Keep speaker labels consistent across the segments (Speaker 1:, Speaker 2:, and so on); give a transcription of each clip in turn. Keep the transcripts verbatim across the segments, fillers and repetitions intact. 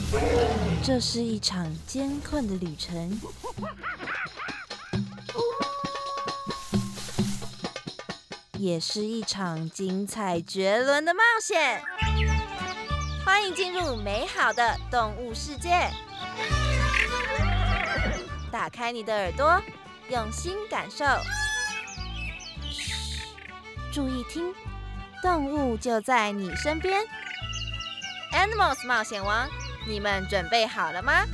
Speaker 1: 这是一场艰困的旅程，也是一场精彩绝伦的冒险。欢迎进入美好的动物世界，打开你的耳朵，用心感受。嘘，注意听，动物就在你身边。Animals 冒险王，你们准备好了吗？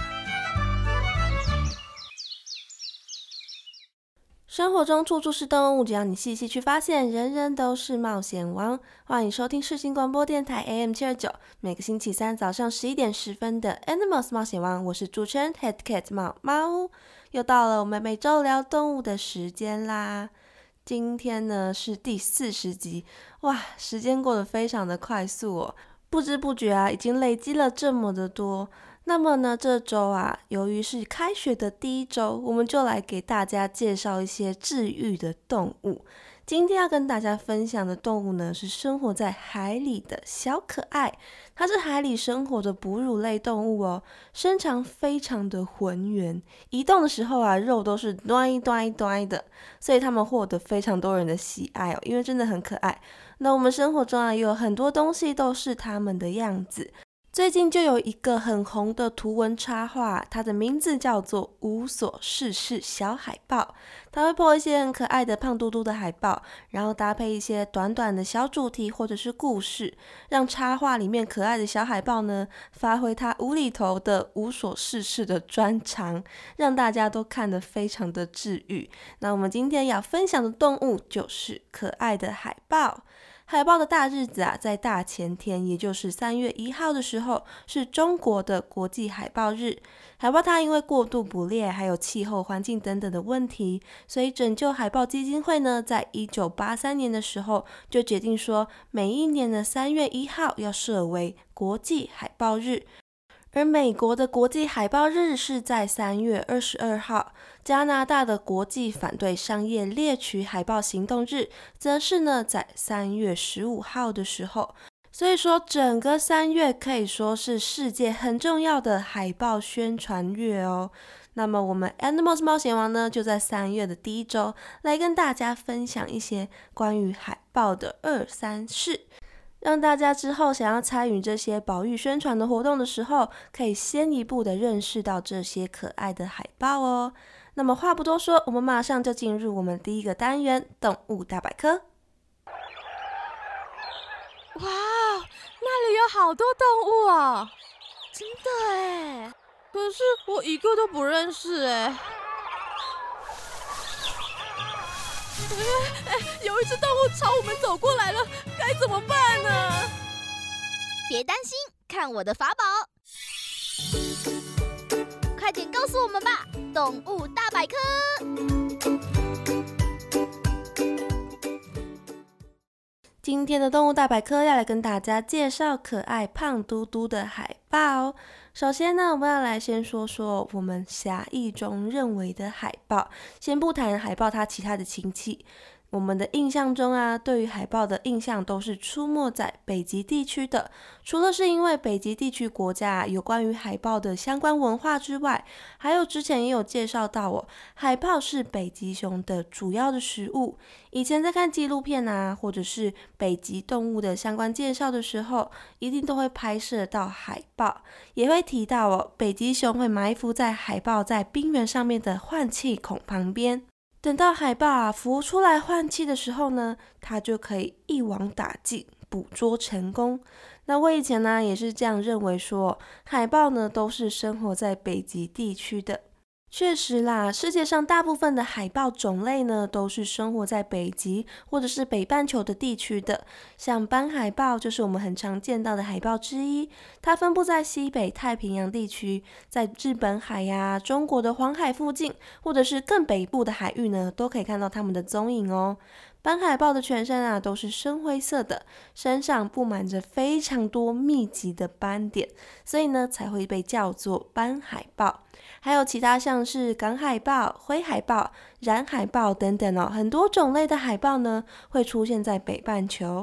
Speaker 2: 生活中处处是动物，只要你细细去发现，人人都是冒险王。欢迎收听世新广播电台 A M 七二九，每个星期三早上十一点十分的 Animals 冒险王，我是主持人 Head Cat 猫猫。又到了我们每周聊动物的时间啦。今天呢是第四十集，哇，时间过得非常的快速哦，不知不觉啊，已经累积了这么的多。那么呢，这周啊，由于是开学的第一周，我们就来给大家介绍一些治愈的动物。今天要跟大家分享的动物呢，是生活在海里的小可爱。它是海里生活的哺乳类动物哦，身长非常的浑圆，移动的时候啊，肉都是端端端的，所以它们获得非常多人的喜爱哦，因为真的很可爱。那我们生活中啊，也有很多东西都是它们的样子。最近就有一个很红的图文插画，它的名字叫做无所事事小海豹。它会 po 一些很可爱的胖嘟嘟的海豹，然后搭配一些短短的小主题或者是故事，让插画里面可爱的小海豹呢，发挥它无厘头的无所事事的专长，让大家都看得非常的治愈。那我们今天要分享的动物就是可爱的海豹。海豹的大日子啊，在大前天，也就是三月一号的时候，是中国的国际海豹日。海豹它因为过度捕猎，还有气候环境等等的问题，所以拯救海豹基金会呢，在一九八三年的时候，就决定说，每一年的三月一号要设为国际海豹日。而美国的国际海豹日是在三月二十二号，加拿大的国际反对商业猎取海豹行动日则是呢在三月十五号的时候。所以说整个三月可以说是世界很重要的海豹宣传月哦。那么我们 Animals 冒险王呢，就在三月的第一周来跟大家分享一些关于海豹的二三事，让大家之后想要参与这些保育宣传的活动的时候，可以先一步的认识到这些可爱的海豹哦。那么话不多说，我们马上就进入我们第一个单元动物大百科。
Speaker 3: 哇，那里有好多动物哦，真的耶，可是我一个都不认识耶。哎，有一只动物朝我们走过来了，该怎么办呢？
Speaker 4: 别担心，看我的法宝！快点告诉我们吧，动物大百科！
Speaker 2: 今天的动物大百科要来跟大家介绍可爱胖嘟嘟的海豹。首先呢，我们要来先说说我们狭义中认为的海豹，先不谈海豹它其他的亲戚。我们的印象中啊，对于海豹的印象都是出没在北极地区的，除了是因为北极地区国家、啊、有关于海豹的相关文化之外，还有之前也有介绍到哦，海豹是北极熊的主要的食物。以前在看纪录片啊，或者是北极动物的相关介绍的时候，一定都会拍摄到海豹，也会提到哦，北极熊会埋伏在海豹在冰原上面的换气孔旁边。等到海豹啊浮出来换气的时候呢，它就可以一网打尽，捕捉成功。那我以前呢也是这样认为说，海豹呢都是生活在北极地区的。确实啦，世界上大部分的海豹种类呢，都是生活在北极或者是北半球的地区的。像斑海豹就是我们很常见到的海豹之一，它分布在西北太平洋地区，在日本海呀、中国的黄海附近，或者是更北部的海域呢，都可以看到它们的踪影哦。斑海豹的全身啊都是深灰色的，身上布满着非常多密集的斑点，所以呢才会被叫做斑海豹。还有其他像是港海豹、灰海豹、染海豹等等哦，很多种类的海豹呢会出现在北半球。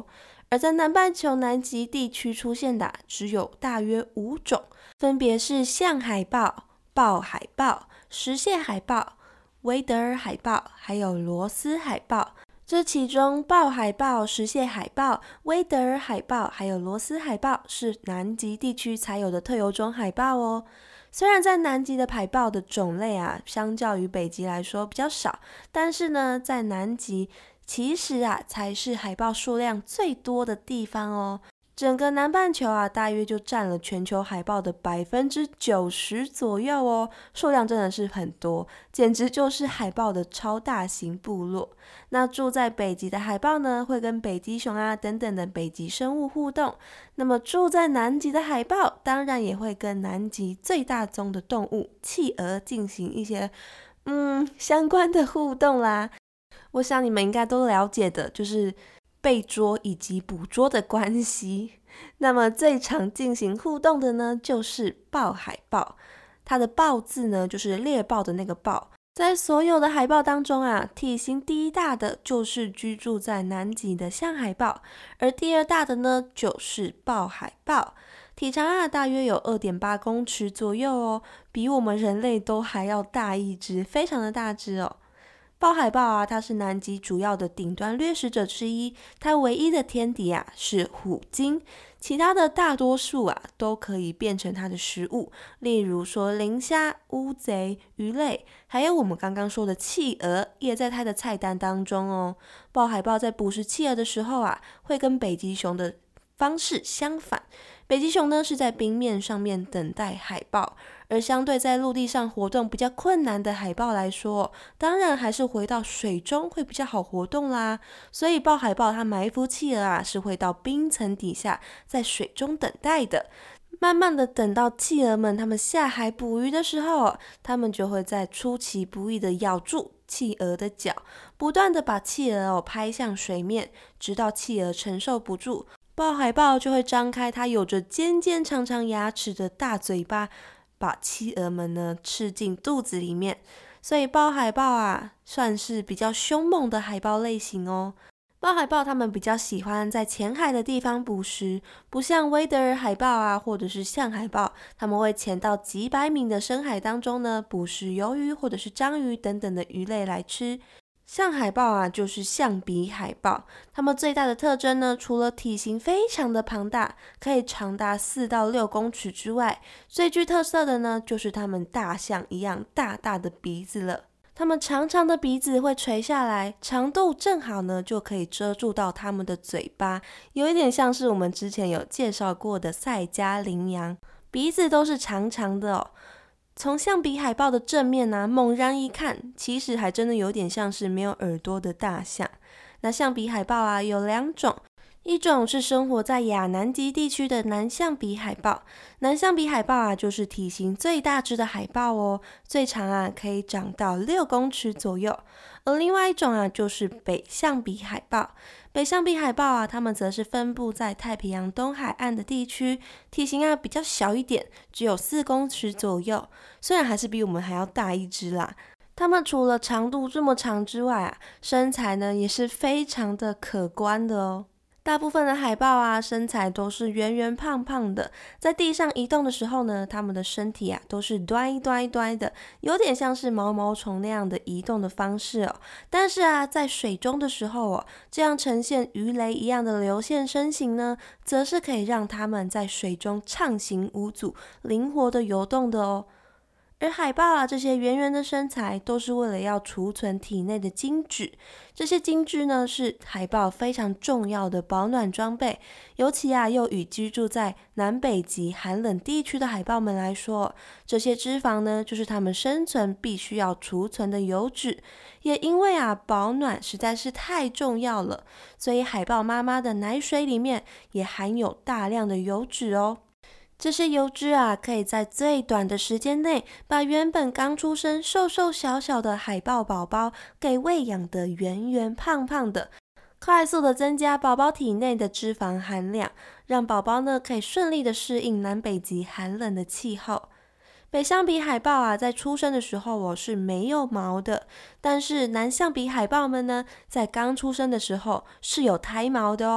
Speaker 2: 而在南半球南极地区出现的、啊、只有大约五种，分别是象海豹、豹海豹、石蟹海豹、威德尔海豹，还有罗斯海豹。这其中豹海豹、石蟹海豹、威德尔海豹还有罗斯海豹是南极地区才有的特有种海豹哦。虽然在南极的海豹的种类啊，相较于北极来说比较少，但是呢，在南极其实啊才是海豹数量最多的地方哦。整个南半球啊，大约就占了全球海豹的百分之九十左右哦，数量真的是很多，简直就是海豹的超大型部落。那住在北极的海豹呢，会跟北极熊啊等等的北极生物互动。那么住在南极的海豹，当然也会跟南极最大宗的动物企鹅进行一些嗯相关的互动啦。我想你们应该都了解的，就是被捉以及捕捉的关系。那么最常进行互动的呢，就是豹海豹。它的豹字呢，就是猎豹的那个豹。在所有的海豹当中啊，体型第一大的就是居住在南极的象海豹，而第二大的呢，就是豹海豹。体长啊，大约有 二点八公尺左右哦，比我们人类都还要大一只，非常的大只哦。豹海豹啊，它是南极主要的顶端掠食者之一，它唯一的天敌啊是虎鲸，其他的大多数啊都可以变成它的食物，例如说磷虾、乌贼、鱼类，还有我们刚刚说的企鹅，也在它的菜单当中哦。豹海豹在捕食企鹅的时候啊，会跟北极熊的方式相反，北极熊呢是在冰面上面等待海豹，而相对在陆地上活动比较困难的海豹来说，当然还是回到水中会比较好活动啦。所以豹海豹它埋伏企鹅啊，是会到冰层底下在水中等待的。慢慢的等到企鹅们它们下海捕鱼的时候，它们就会在出其不意的咬住企鹅的脚，不断的把企鹅、哦、拍向水面，直到企鹅承受不住，豹海豹就会张开它有着尖尖长长牙齿的大嘴巴，把企鹅们呢吃进肚子里面。所以豹海豹啊，算是比较凶猛的海豹类型哦。豹海豹它们比较喜欢在浅海的地方捕食，不像威德尔海豹啊，或者是象海豹，它们会潜到几百米的深海当中呢，捕食鱿鱼或者是章鱼等等的鱼类来吃。象海豹啊，就是象鼻海豹，它们最大的特征呢，除了体型非常的庞大，可以长达四到六公尺之外，最具特色的呢，就是它们大象一样大大的鼻子了。它们长长的鼻子会垂下来，长度正好呢，就可以遮住到它们的嘴巴，有一点像是我们之前有介绍过的塞加羚羊，鼻子都是长长的哦。从象鼻海豹的正面啊，猛然一看，其实还真的有点像是没有耳朵的大象。那象鼻海豹啊，有两种，一种是生活在亚南极地区的南象鼻海豹，南象鼻海豹啊，就是体型最大只的海豹哦，最长啊可以长到六公尺左右。而另外一种啊，就是北象鼻海豹。北象鼻海豹啊，它们则是分布在太平洋东海岸的地区，体型啊比较小一点，只有四公尺左右，虽然还是比我们还要大一只啦。它们除了长度这么长之外啊，身材呢也是非常的可观的哦。大部分的海豹啊，身材都是圆圆胖胖的，在地上移动的时候呢，它们的身体啊都是端一端一端的，有点像是毛毛虫那样的移动的方式哦。但是啊，在水中的时候哦，这样呈现鱼雷一样的流线身形呢，则是可以让它们在水中畅行无阻，灵活的游动的哦。而海豹啊，这些圆圆的身材都是为了要储存体内的精脂，这些精脂呢是海豹非常重要的保暖装备，尤其啊又与居住在南北极寒冷地区的海豹们来说，这些脂肪呢就是它们生存必须要储存的油脂，也因为啊保暖实在是太重要了，所以海豹妈妈的奶水里面也含有大量的油脂哦。这些油脂啊，可以在最短的时间内，把原本刚出生瘦瘦小小的海豹宝宝给喂养得圆圆胖胖的，快速的增加宝宝体内的脂肪含量，让宝宝呢可以顺利的适应南北极寒冷的气候。北象鼻海豹啊，在出生的时候哦是没有毛的，但是南象鼻海豹们呢，在刚出生的时候是有胎毛的哦。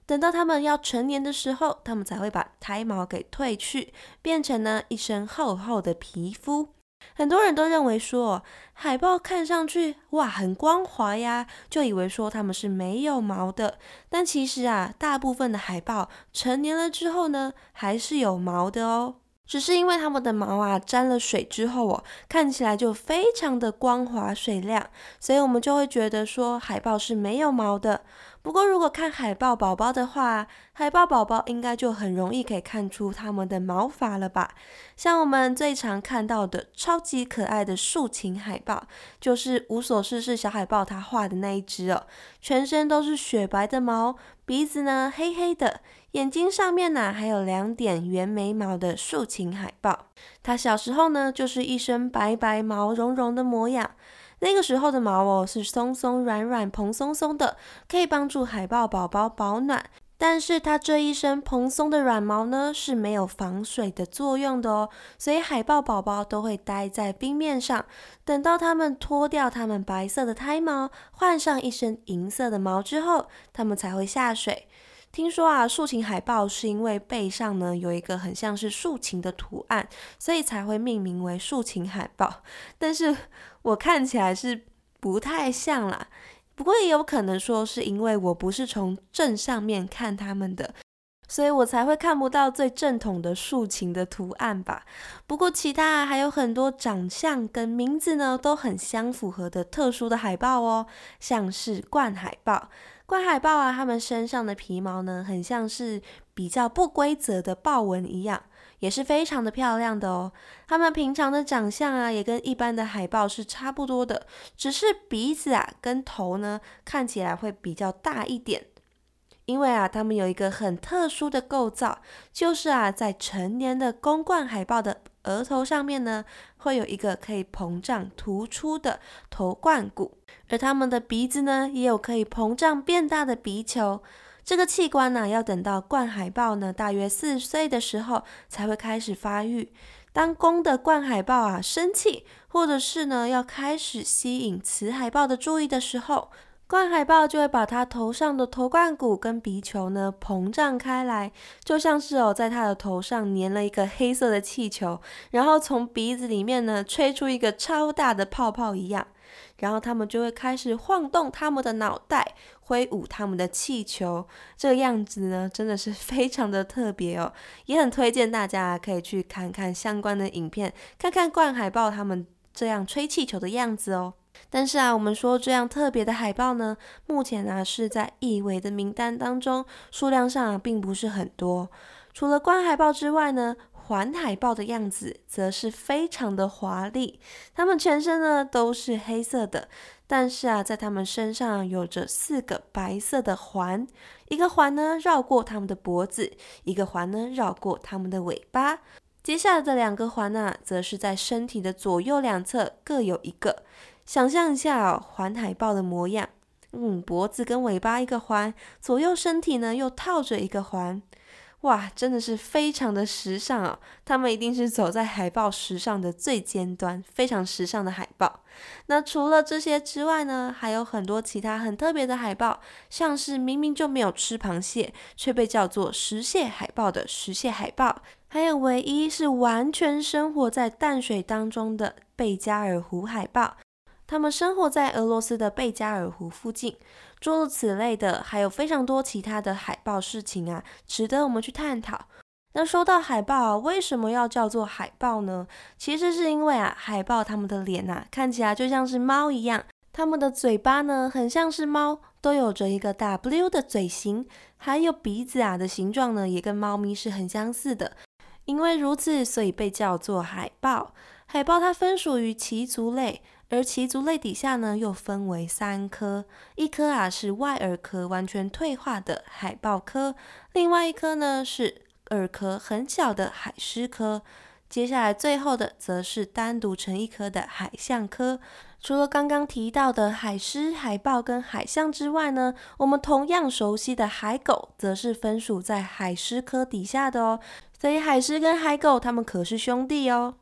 Speaker 2: 等到它们要成年的时候，它们才会把胎毛给褪去，变成呢一身厚厚的皮肤。很多人都认为说海豹看上去哇很光滑呀，就以为说它们是没有毛的，但其实啊，大部分的海豹成年了之后呢，还是有毛的哦。只是因为它们的毛啊沾了水之后哦，看起来就非常的光滑水亮，所以我们就会觉得说海豹是没有毛的。不过如果看海豹宝宝的话，海豹宝宝应该就很容易可以看出它们的毛发了吧。像我们最常看到的超级可爱的竖琴海豹，就是无所事事小海豹他画的那一只哦，全身都是雪白的毛，鼻子呢黑黑的，眼睛上面呢、啊、还有两点圆眉毛的竖琴海豹。它小时候呢就是一身白白毛茸茸的模样，那个时候的毛哦是松松软软蓬松松的，可以帮助海豹宝宝保暖。但是它这一身蓬松的软毛呢是没有防水的作用的哦，所以海豹宝宝都会待在冰面上，等到它们脱掉它们白色的胎毛，换上一身银色的毛之后，它们才会下水。听说啊，竖琴海豹是因为背上呢有一个很像是竖琴的图案，所以才会命名为竖琴海豹。但是我看起来是不太像啦，不过也有可能说是因为我不是从正上面看它们的，所以我才会看不到最正统的竖琴的图案吧。不过其他啊还有很多长相跟名字呢都很相符合的特殊的海豹哦，像是冠海豹。冠海豹啊，它们身上的皮毛呢很像是比较不规则的豹纹一样，也是非常的漂亮的哦。它们平常的长相啊也跟一般的海豹是差不多的，只是鼻子啊跟头呢看起来会比较大一点。因为啊，它们有一个很特殊的构造，就是啊，在成年的公冠海豹的额头上面呢，会有一个可以膨胀突出的头冠骨，而它们的鼻子呢，也有可以膨胀变大的鼻球。这个器官呢、啊，要等到冠海豹呢大约四岁的时候才会开始发育。当公的冠海豹啊生气，或者是呢要开始吸引雌海豹的注意的时候，冠海豹就会把它头上的头冠骨跟鼻球呢膨胀开来，就像是哦在它的头上粘了一个黑色的气球，然后从鼻子里面呢吹出一个超大的泡泡一样，然后他们就会开始晃动他们的脑袋，挥舞他们的气球。这个样子呢真的是非常的特别哦，也很推荐大家可以去看看相关的影片，看看冠海豹他们这样吹气球的样子哦。但是啊，我们说这样特别的海豹呢，目前啊是在易危的名单当中，数量上啊并不是很多。除了冠海豹之外呢，环海豹的样子则是非常的华丽，它们全身呢都是黑色的，但是啊，在它们身上有着四个白色的环，一个环呢绕过它们的脖子，一个环呢绕过它们的尾巴。接下来的两个环啊，则是在身体的左右两侧各有一个。想象一下哦，环海豹的模样，嗯，脖子跟尾巴一个环，左右身体呢又套着一个环，哇，真的是非常的时尚哦！他们一定是走在海豹时尚的最尖端，非常时尚的海豹。那除了这些之外呢，还有很多其他很特别的海豹，像是明明就没有吃螃蟹，却被叫做食蟹海豹的食蟹海豹，还有唯一是完全生活在淡水当中的贝加尔湖海豹。他们生活在俄罗斯的贝加尔湖附近，诸如此类的，还有非常多其他的海豹事情啊，值得我们去探讨。那说到海豹啊，为什么要叫做海豹呢？其实是因为啊，海豹它们的脸啊，看起来就像是猫一样，它们的嘴巴呢，很像是猫，都有着一个 W 的嘴型，还有鼻子啊的形状呢，也跟猫咪是很相似的。因为如此，所以被叫做海豹。海豹它分属于鳍足类，而鳍足类底下呢又分为三科，一科啊是外耳壳完全退化的海豹科，另外一科呢是耳壳很小的海狮科，接下来最后的则是单独成一科的海象科。除了刚刚提到的海狮、海豹跟海象之外呢，我们同样熟悉的海狗则是分属在海狮科底下的哦，所以海狮跟海狗它们可是兄弟哦。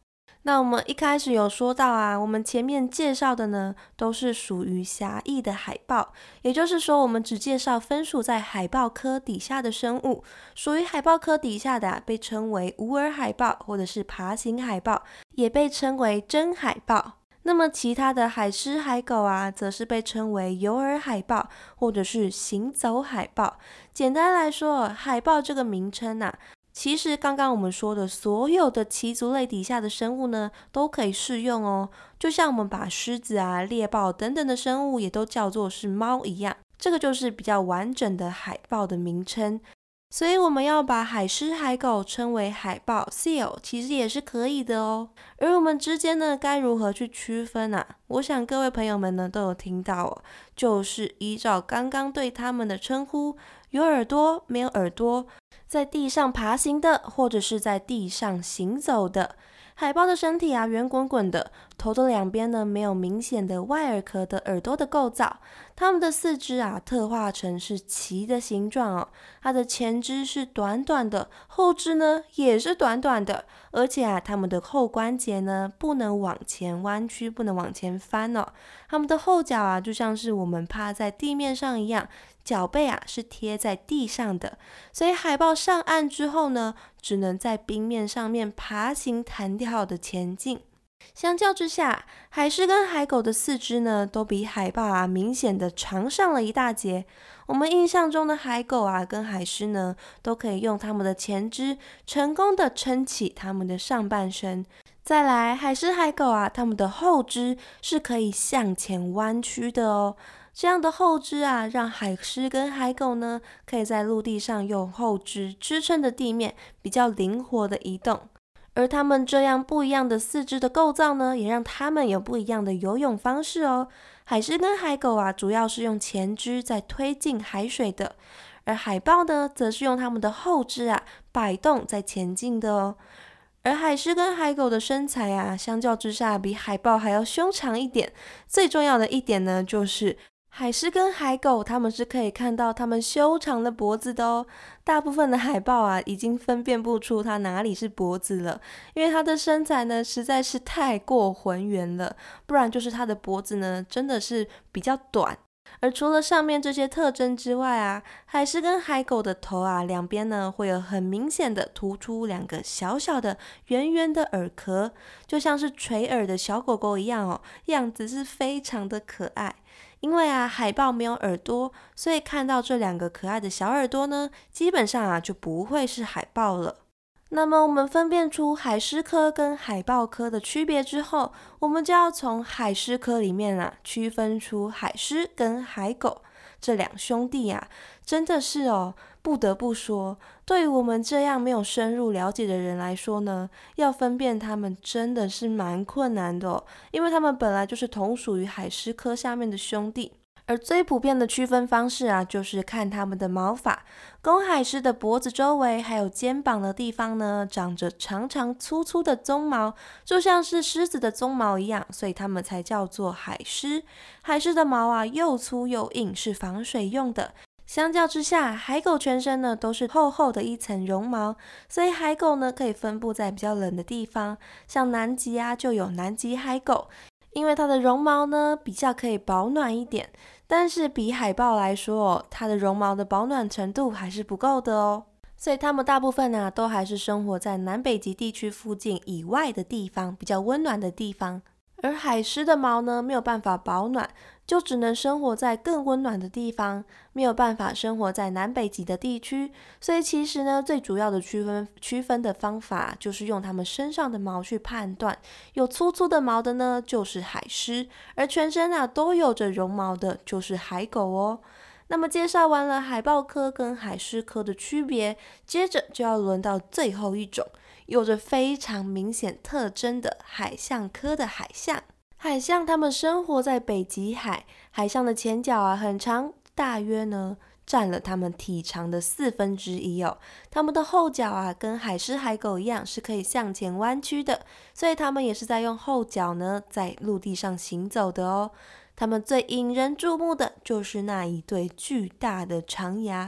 Speaker 2: 那我们一开始有说到啊，我们前面介绍的呢，都是属于狭义的海豹，也就是说，我们只介绍分属在海豹科底下的生物，属于海豹科底下的啊，被称为无耳海豹，或者是爬行海豹，也被称为真海豹。那么其他的海狮、海狗啊，则是被称为有耳海豹，或者是行走海豹。简单来说，海豹这个名称啊，其实刚刚我们说的所有的鳍足类底下的生物呢，都可以适用哦。就像我们把狮子啊、猎豹等等的生物也都叫做是猫一样，这个就是比较完整的海豹的名称。所以我们要把海狮、海狗称为海豹 seal， 其实也是可以的哦。而我们之间呢，该如何去区分啊？我想各位朋友们呢都有听到哦，就是依照刚刚对他们的称呼，有耳朵没有耳朵，在地上爬行的，或者是在地上行走的。海豹的身体啊圆滚滚的，头的两边呢没有明显的外耳壳的耳朵的构造，它们的四肢啊特化成是鳍的形状哦，它的前肢是短短的，后肢呢也是短短的，而且啊它们的后关节呢不能往前弯曲，不能往前翻哦，它们的后脚啊就像是我们趴在地面上一样，脚背啊是贴在地上的，所以海豹上岸之后呢，只能在冰面上面爬行弹跳的前进。相较之下，海狮跟海狗的四肢呢，都比海豹啊明显的长上了一大截。我们印象中的海狗啊跟海狮呢，都可以用它们的前肢成功的撑起它们的上半身。再来，海狮、海狗啊，它们的后肢是可以向前弯曲的哦。这样的后肢啊，让海狮跟海狗呢，可以在陆地上用后肢支撑着地面，比较灵活的移动。而它们这样不一样的四肢的构造呢，也让它们有不一样的游泳方式哦。海狮跟海狗啊，主要是用前肢在推进海水的，而海豹呢，则是用它们的后肢啊摆动在前进的哦。而海狮跟海狗的身材啊，相较之下比海豹还要修长一点。最重要的一点呢，就是海狮跟海狗，它们是可以看到它们修长的脖子的哦。大部分的海豹啊，已经分辨不出它哪里是脖子了，因为它的身材呢实在是太过浑圆了，不然就是它的脖子呢真的是比较短。而除了上面这些特征之外啊，海狮跟海狗的头啊两边呢会有很明显的突出两个小小的圆圆的耳壳，就像是垂耳的小狗狗一样哦，样子是非常的可爱。因为啊，海豹没有耳朵，所以看到这两个可爱的小耳朵呢，基本上啊就不会是海豹了。那么我们分辨出海狮科跟海豹科的区别之后，我们就要从海狮科里面啊区分出海狮跟海狗这两兄弟啊，真的是哦，不得不说，对于我们这样没有深入了解的人来说呢，要分辨他们真的是蛮困难的哦，因为他们本来就是同属于海狮科下面的兄弟。而最普遍的区分方式啊，就是看它们的毛发。公海狮的脖子周围还有肩膀的地方呢，长着长长粗粗的鬃毛，就像是狮子的鬃毛一样，所以它们才叫做海狮。海狮的毛啊，又粗又硬，是防水用的。相较之下，海狗全身呢都是厚厚的一层绒毛，所以海狗呢可以分布在比较冷的地方，像南极啊就有南极海狗。因为它的绒毛呢比较可以保暖一点，但是比海豹来说，它的绒毛的保暖程度还是不够的哦。所以它们大部分啊都还是生活在南北极地区附近以外的地方，比较温暖的地方。而海狮的毛呢没有办法保暖，就只能生活在更温暖的地方，没有办法生活在南北极的地区。所以其实呢，最主要的区分区分的方法就是用它们身上的毛去判断，有粗粗的毛的呢就是海狮，而全身啊都有着绒毛的就是海狗哦。那么介绍完了海豹科跟海狮科的区别，接着就要轮到最后一种有着非常明显特征的海象科的海象。海象它们生活在北极海，海象的前脚啊很长，大约呢占了它们体长的四分之一哦。它们的后脚啊跟海狮海狗一样是可以向前弯曲的，所以它们也是在用后脚呢在陆地上行走的哦。它们最引人注目的就是那一对巨大的长牙，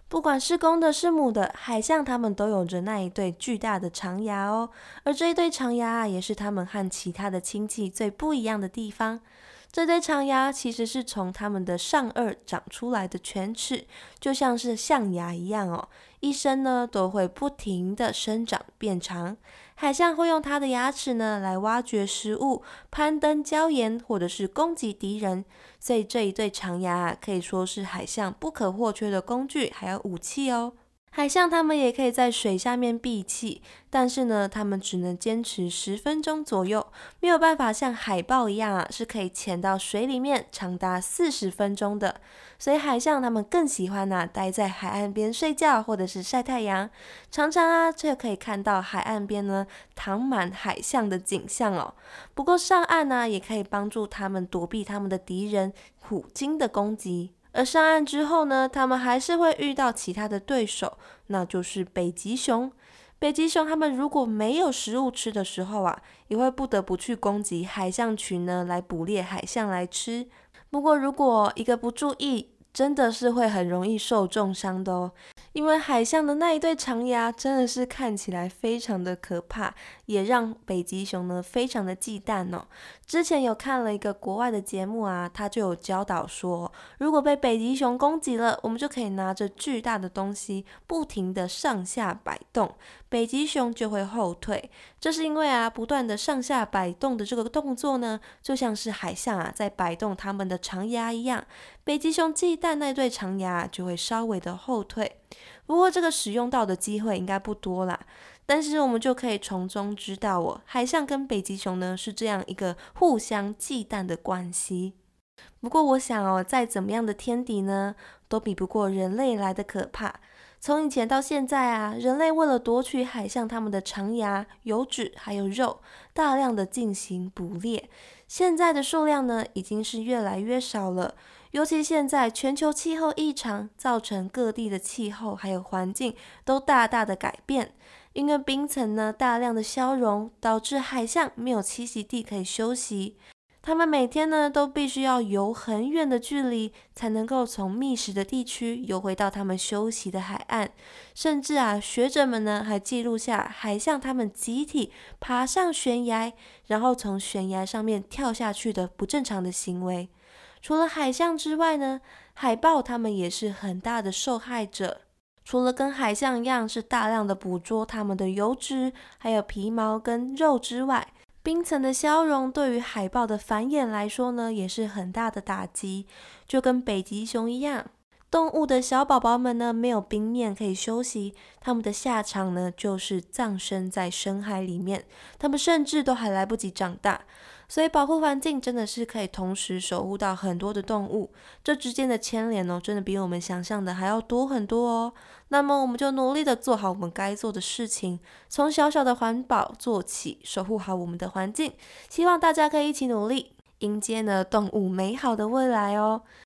Speaker 2: 不管是公的是母的，海象它们都有着那一对巨大的长牙哦，而这一对长牙啊，也是它们和其他的亲戚最不一样的地方。这对长牙其实是从它们的上颚长出来的犬齿，就像是象牙一样哦，一生呢都会不停的生长变长。海象会用它的牙齿呢来挖掘食物、攀登礁岩或者是攻击敌人，所以这一对长牙啊，可以说是海象不可或缺的工具还有武器哦。海象它们也可以在水下面闭气，但是呢，它们只能坚持十分钟左右，没有办法像海豹一样啊，是可以潜到水里面长达四十分钟的。所以海象它们更喜欢啊待在海岸边睡觉或者是晒太阳，常常啊就可以看到海岸边呢躺满海象的景象哦。不过上岸呢、啊、也可以帮助它们躲避它们的敌人虎鲸的攻击。而上岸之后呢，他们还是会遇到其他的对手，那就是北极熊。北极熊他们如果没有食物吃的时候啊，也会不得不去攻击海象群呢，来捕猎海象来吃。不过如果一个不注意，真的是会很容易受重伤的哦。因为海象的那一对长牙真的是看起来非常的可怕，也让北极熊呢非常的忌惮哦。之前有看了一个国外的节目啊，他就有教导说，如果被北极熊攻击了，我们就可以拿着巨大的东西不停的上下摆动，北极熊就会后退。这是因为啊，不断的上下摆动的这个动作呢，就像是海象啊在摆动它们的长牙一样，北极熊忌惮那对长牙就会稍微的后退。不过这个使用到的机会应该不多啦，但是我们就可以从中知道哦，海象跟北极熊呢是这样一个互相忌惮的关系。不过我想哦，再怎么样的天敌呢，都比不过人类来的可怕。从以前到现在啊，人类为了夺取海象它们的长牙、油脂还有肉，大量的进行捕猎。现在的数量呢，已经是越来越少了。尤其现在全球气候异常，造成各地的气候还有环境都大大的改变。因为冰层呢大量的消融，导致海象没有栖息地可以休息。他们每天呢都必须要游很远的距离，才能够从觅食的地区游回到他们休息的海岸。甚至啊，学者们呢还记录下海象他们集体爬上悬崖，然后从悬崖上面跳下去的不正常的行为。除了海象之外呢，海豹它们也是很大的受害者。除了跟海象一样是大量的捕捉它们的油脂，还有皮毛跟肉之外，冰层的消融对于海豹的繁衍来说呢，也是很大的打击。就跟北极熊一样，动物的小宝宝们呢没有冰面可以休息，它们的下场呢就是葬身在深海里面，它们甚至都还来不及长大。所以保护环境真的是可以同时守护到很多的动物，这之间的牵连哦，真的比我们想象的还要多很多哦。那么我们就努力的做好我们该做的事情，从小小的环保做起，守护好我们的环境。希望大家可以一起努力，迎接呢动物美好的未来哦。